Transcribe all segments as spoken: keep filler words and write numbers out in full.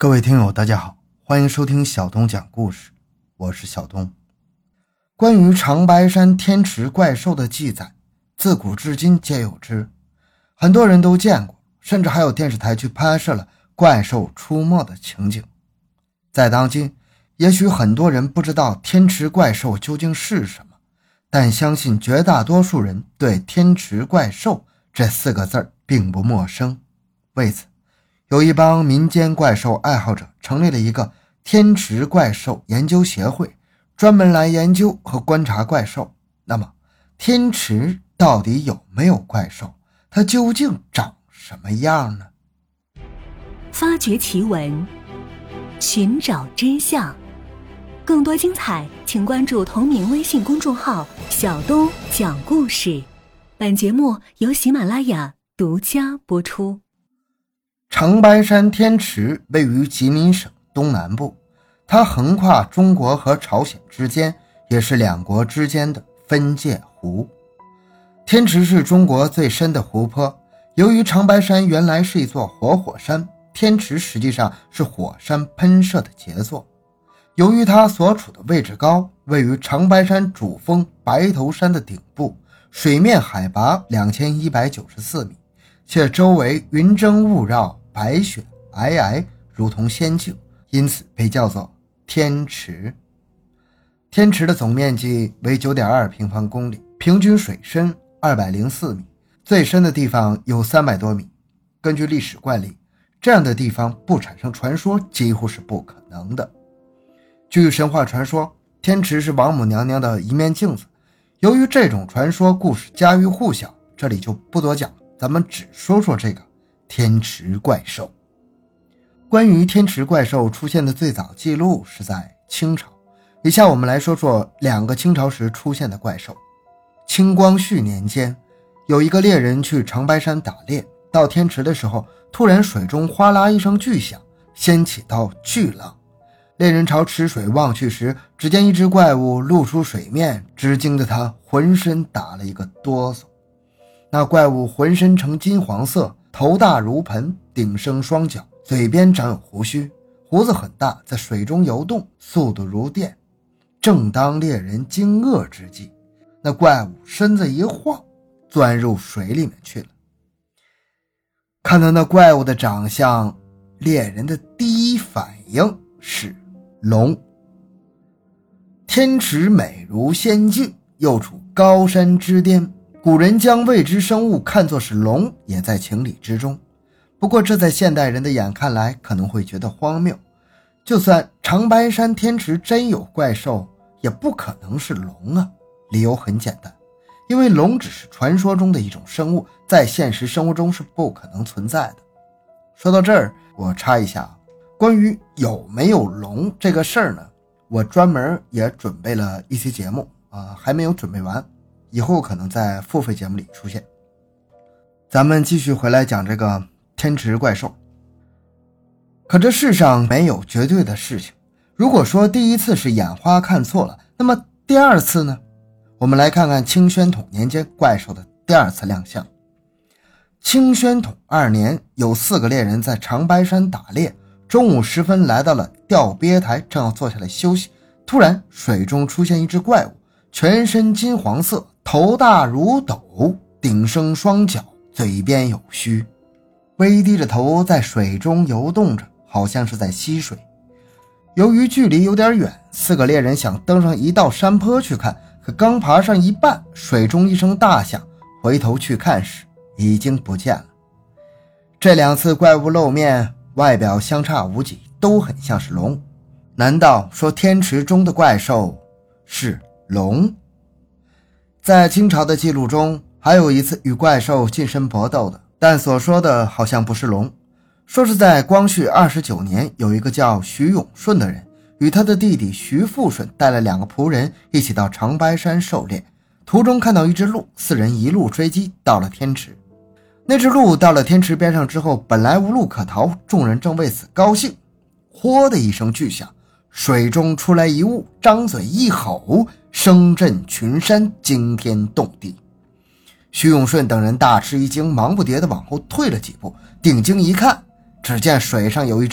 各位听友大家好，欢迎收听小东讲故事，我是小东。关于长白山天池怪兽的记载自古至今皆有之，很多人都见过，甚至还有电视台去拍摄了怪兽出没的情景。在当今，也许很多人不知道天池怪兽究竟是什么，但相信绝大多数人对天池怪兽这四个字并不陌生。为此，有一帮民间怪兽爱好者成立了一个天池怪兽研究协会，专门来研究和观察怪兽。那么天池到底有没有怪兽？它究竟长什么样呢？ 发掘奇闻，寻找真相，更多精彩请关注同名微信公众号小东讲故事。本节目由喜马拉雅独家播出。 长白山天池位于吉林省东南部，它横跨中国和朝鲜之间，也是两国之间的分界湖。天池是中国最深的湖泊，由于长白山原来是一座活火山，天池实际上是火山喷射的杰作。由于它所处的位置高，位于长白山主峰白头山的顶部，水面海拔两千一百九十四米，且周围云蒸雾绕，白雪皑皑，如同仙境，因此被叫做天池。天池的总面积为 九点二平方公里，平均水深二百零四米，最深的地方有三百多米。根据历史惯例，这样的地方不产生传说几乎是不可能的。据神话传说，天池是王母娘娘的一面镜子。由于这种传说故事家喻户晓，这里就不多讲，咱们只说说这个天池怪兽。关于天池怪兽出现的最早记录是在清朝，以下我们来说说两个清朝时出现的怪兽。清光绪年间，有一个猎人去长白山打猎，到天池的时候，突然水中哗啦一声巨响，掀起道巨浪。猎人朝池水望去时，只见一只怪物露出水面，只惊得他浑身打了一个哆嗦。那怪物浑身呈金黄色，头大如盆，顶生双脚，嘴边长有胡须，胡子很大，在水中游动，速度如电。正当猎人惊愕之际，那怪物身子一晃，钻入水里面去了。看到那怪物的长相，猎人的第一反应是龙。天池美如仙境，又处高山之巅，古人将未知生物看作是龙，也在情理之中。不过这在现代人的眼看来可能会觉得荒谬，就算长白山天池真有怪兽，也不可能是龙啊。理由很简单，因为龙只是传说中的一种生物，在现实生活中是不可能存在的。说到这儿，我插一下，关于有没有龙这个事儿呢，我专门也准备了一期节目啊，还没有准备完，以后可能在付费节目里出现。咱们继续回来讲这个天池怪兽。可这世上没有绝对的事情，如果说第一次是眼花看错了，那么第二次呢？我们来看看清宣统年间怪兽的第二次亮相。清宣统二年，有四个猎人在长白山打猎，中午时分来到了钓鳖台，正要坐下来休息，突然水中出现一只怪物，全身金黄色，头大如斗，顶生双脚，嘴边有须，微低着头在水中游动着，好像是在吸水。由于距离有点远，四个猎人想登上一道山坡去看，可刚爬上一半，水中一声大响，回头去看时已经不见了。这两次怪物露面，外表相差无几，都很像是龙。难道说天池中的怪兽是龙？在清朝的记录中，还有一次与怪兽近身搏斗的，但所说的好像不是龙，说是在光绪二十九年，有一个叫徐永顺的人，与他的弟弟徐富顺带了两个仆人一起到长白山狩猎，途中看到一只鹿，四人一路追击，到了天池。那只鹿到了天池边上之后，本来无路可逃，众人正为此高兴，豁的一声巨响，水中出来一物，张嘴一吼，声震群山，惊天动地。徐永顺等人大吃一惊，忙不迭地往后退了几步，定睛一看，只见水上有一只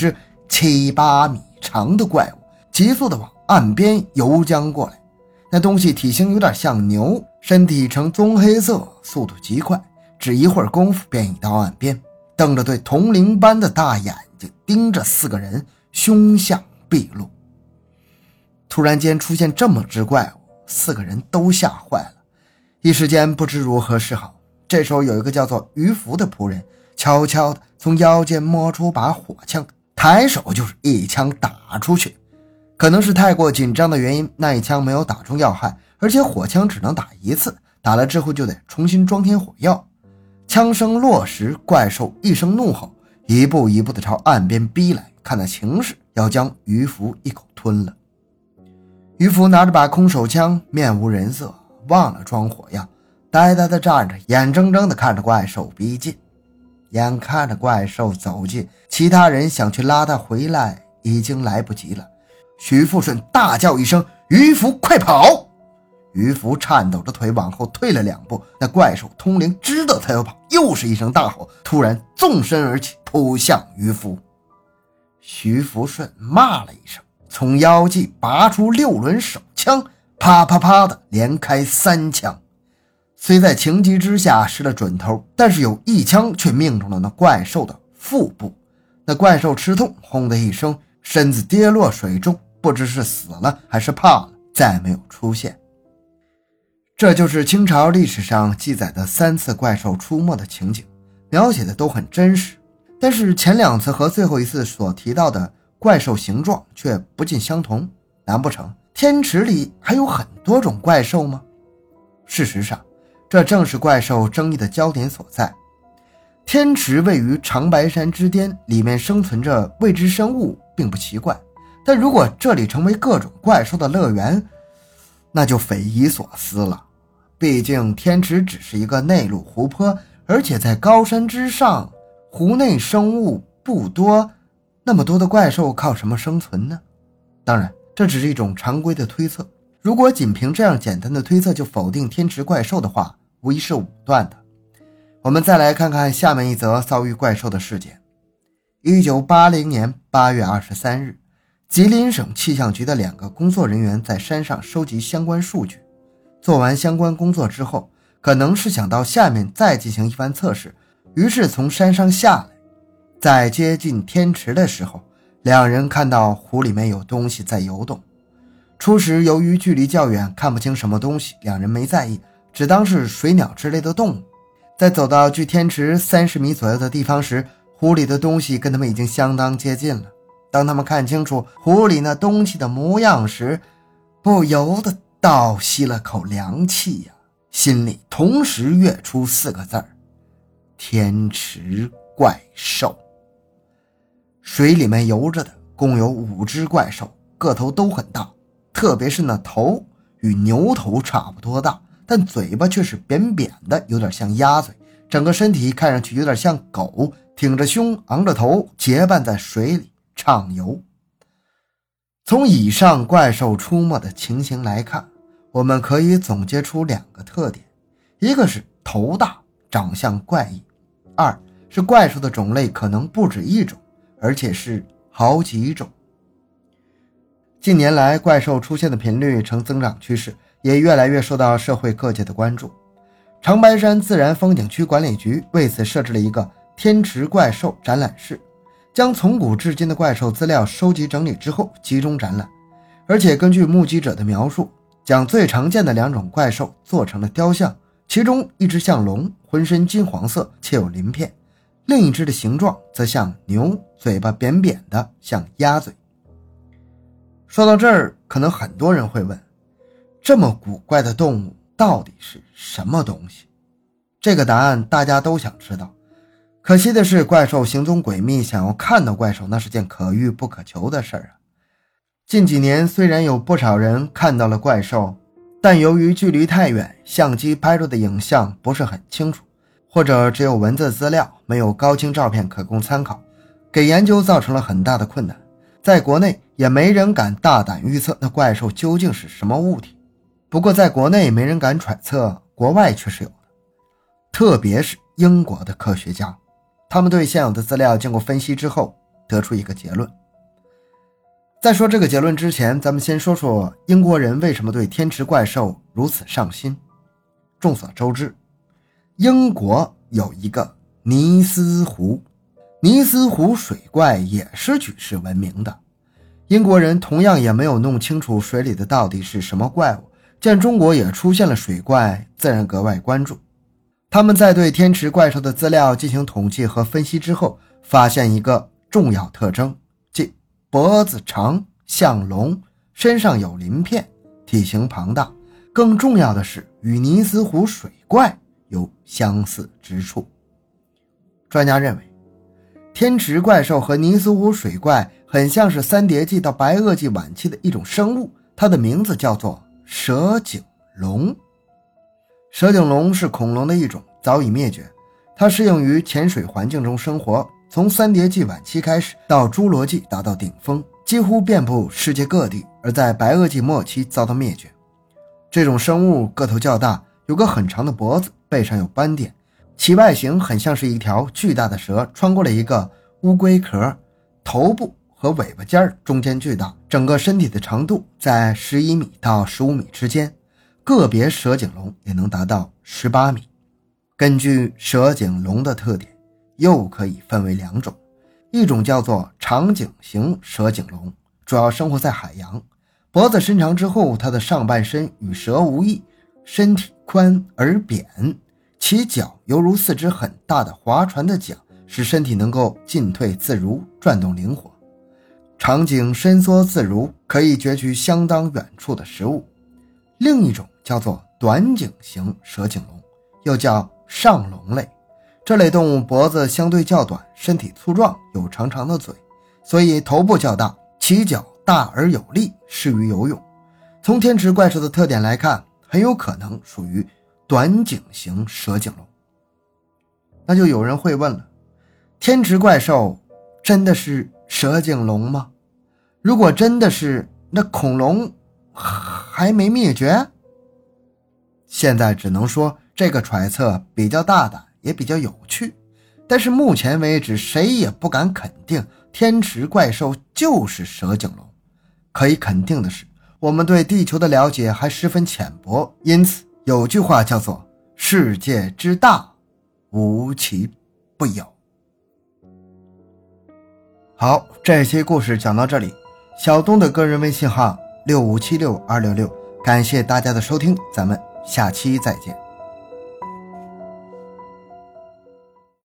七八米长的怪物急速地往岸边游将过来。那东西体型有点像牛，身体呈棕黑色，速度极快，只一会儿功夫便已到岸边，瞪着对铜铃般的大眼睛盯着四个人，凶相毕露。突然间出现这么只怪物，四个人都吓坏了，一时间不知如何是好。这时候有一个叫做于福的仆人悄悄地从腰间摸出把火枪，抬手就是一枪打出去。可能是太过紧张的原因，那一枪没有打中要害，而且火枪只能打一次，打了之后就得重新装填火药。枪声落时，怪兽一声怒吼，一步一步地朝岸边逼来，看那情势要将于福一口吞了。于福拿着把空手枪，面无人色，忘了装火药，呆呆地站着，眼睁睁地看着怪兽逼近。眼看着怪兽走近，其他人想去拉他回来已经来不及了。徐富顺大叫一声：“于福，快跑！”于福颤抖着腿往后退了两步，那怪兽通灵知道他要跑，又是一声大吼，突然纵身而起，扑向于福。徐福顺骂了一声，从腰际拔出六轮手枪，啪啪啪的连开三枪。虽在情急之下失了准头，但是有一枪却命中了那怪兽的腹部。那怪兽吃痛，轰的一声，身子跌落水中，不知是死了还是怕了，再没有出现。这就是清朝历史上记载的三次怪兽出没的情景，描写的都很真实，但是前两次和最后一次所提到的怪兽形状却不尽相同。难不成天池里还有很多种怪兽吗？事实上，这正是怪兽争议的焦点所在。天池位于长白山之巅，里面生存着未知生物并不奇怪，但如果这里成为各种怪兽的乐园，那就匪夷所思了。毕竟天池只是一个内陆湖泊，而且在高山之上，湖内生物不多，那么多的怪兽靠什么生存呢？当然，这只是一种常规的推测，如果仅凭这样简单的推测就否定天池怪兽的话，无疑是武断的。我们再来看看下面一则遭遇怪兽的事件。一九八零年八月二十三日，吉林省气象局的两个工作人员在山上收集相关数据，做完相关工作之后，可能是想到下面再进行一番测试，于是从山上下来。在接近天池的时候，两人看到湖里面有东西在游动。初时由于距离较远，看不清什么东西，两人没在意，只当是水鸟之类的动物。在走到距天池三十米左右的地方时，湖里的东西跟他们已经相当接近了。当他们看清楚湖里那东西的模样时，不由得倒吸了口凉气呀、啊，心里同时跃出四个字儿：天池怪兽。水里面游着的共有五只怪兽，个头都很大，特别是那头与牛头差不多大，但嘴巴却是扁扁的，有点像鸭嘴，整个身体看上去有点像狗，挺着胸，昂着头，结伴在水里畅游。从以上怪兽出没的情形来看，我们可以总结出两个特点：一个是头大，长相怪异；二是怪兽的种类可能不止一种，而且是好几种。近年来，怪兽出现的频率呈增长趋势，也越来越受到社会各界的关注。长白山自然风景区管理局为此设置了一个天池怪兽展览室，将从古至今的怪兽资料收集整理之后集中展览，而且根据目击者的描述，将最常见的两种怪兽做成了雕像，其中一只像龙，浑身金黄色且有鳞片，另一只的形状则像牛，嘴巴扁扁的像鸭嘴。说到这儿，可能很多人会问，这么古怪的动物到底是什么东西？这个答案大家都想知道，可惜的是怪兽行踪诡秘，想要看到怪兽那是件可遇不可求的事儿啊。近几年虽然有不少人看到了怪兽，但由于距离太远，相机拍出的影像不是很清楚，或者只有文字资料，没有高清照片可供参考，给研究造成了很大的困难。在国内也没人敢大胆预测那怪兽究竟是什么物体，不过在国内没人敢揣测，国外却是有的。特别是英国的科学家，他们对现有的资料经过分析之后得出一个结论： 在说这个结论之前，咱们先说说英国人为什么对天池怪兽如此上心。众所周知，英国有一个尼斯湖，尼斯湖水怪也是举世闻名的。英国人同样也没有弄清楚水里的到底是什么怪物，见中国也出现了水怪，自然格外关注。他们在对天池怪兽的资料进行统计和分析之后，发现一个重要特征，即脖子长像龙，身上有鳞片，体型庞大，更重要的是与尼斯湖水怪有相似之处。专家认为，天池怪兽和尼斯湖水怪很像是三叠纪到白垩纪晚期的一种生物，它的名字叫做蛇颈龙。蛇颈龙是恐龙的一种，早已灭绝，它适应于浅水环境中生活，从三叠纪晚期开始到侏罗纪达到顶峰，几乎遍布世界各地，而在白垩纪末期遭到灭绝。这种生物个头较大，有个很长的脖子，背上有斑点，其外形很像是一条巨大的蛇穿过了一个乌龟壳，头部和尾巴尖中间巨大，整个身体的长度在十一米到十五米之间，个别蛇颈龙也能达到十八米。根据蛇颈龙的特点，又可以分为两种，一种叫做长颈型蛇颈龙，主要生活在海洋，脖子伸长之后，它的上半身与蛇无异，身体宽而扁，其脚犹如四只很大的划船的桨，使身体能够进退自如，转动灵活。长颈伸缩自如，可以攫取相当远处的食物。另一种叫做短颈型蛇颈龙，又叫上龙类。这类动物脖子相对较短，身体粗壮，有长长的嘴，所以头部较大，其脚大而有力，适于游泳。从天池怪兽的特点来看，很有可能属于短颈型蛇颈龙。那就有人会问了，天池怪兽真的是蛇颈龙吗？如果真的是，那恐龙还没灭绝？现在只能说这个揣测比较大胆，也比较有趣，但是目前为止谁也不敢肯定天池怪兽就是蛇颈龙。可以肯定的是，我们对地球的了解还十分浅薄，因此有句话叫做世界之大，无奇不有。好，这期故事讲到这里，小东的个人微信号六五七六二六六，感谢大家的收听，咱们下期再见。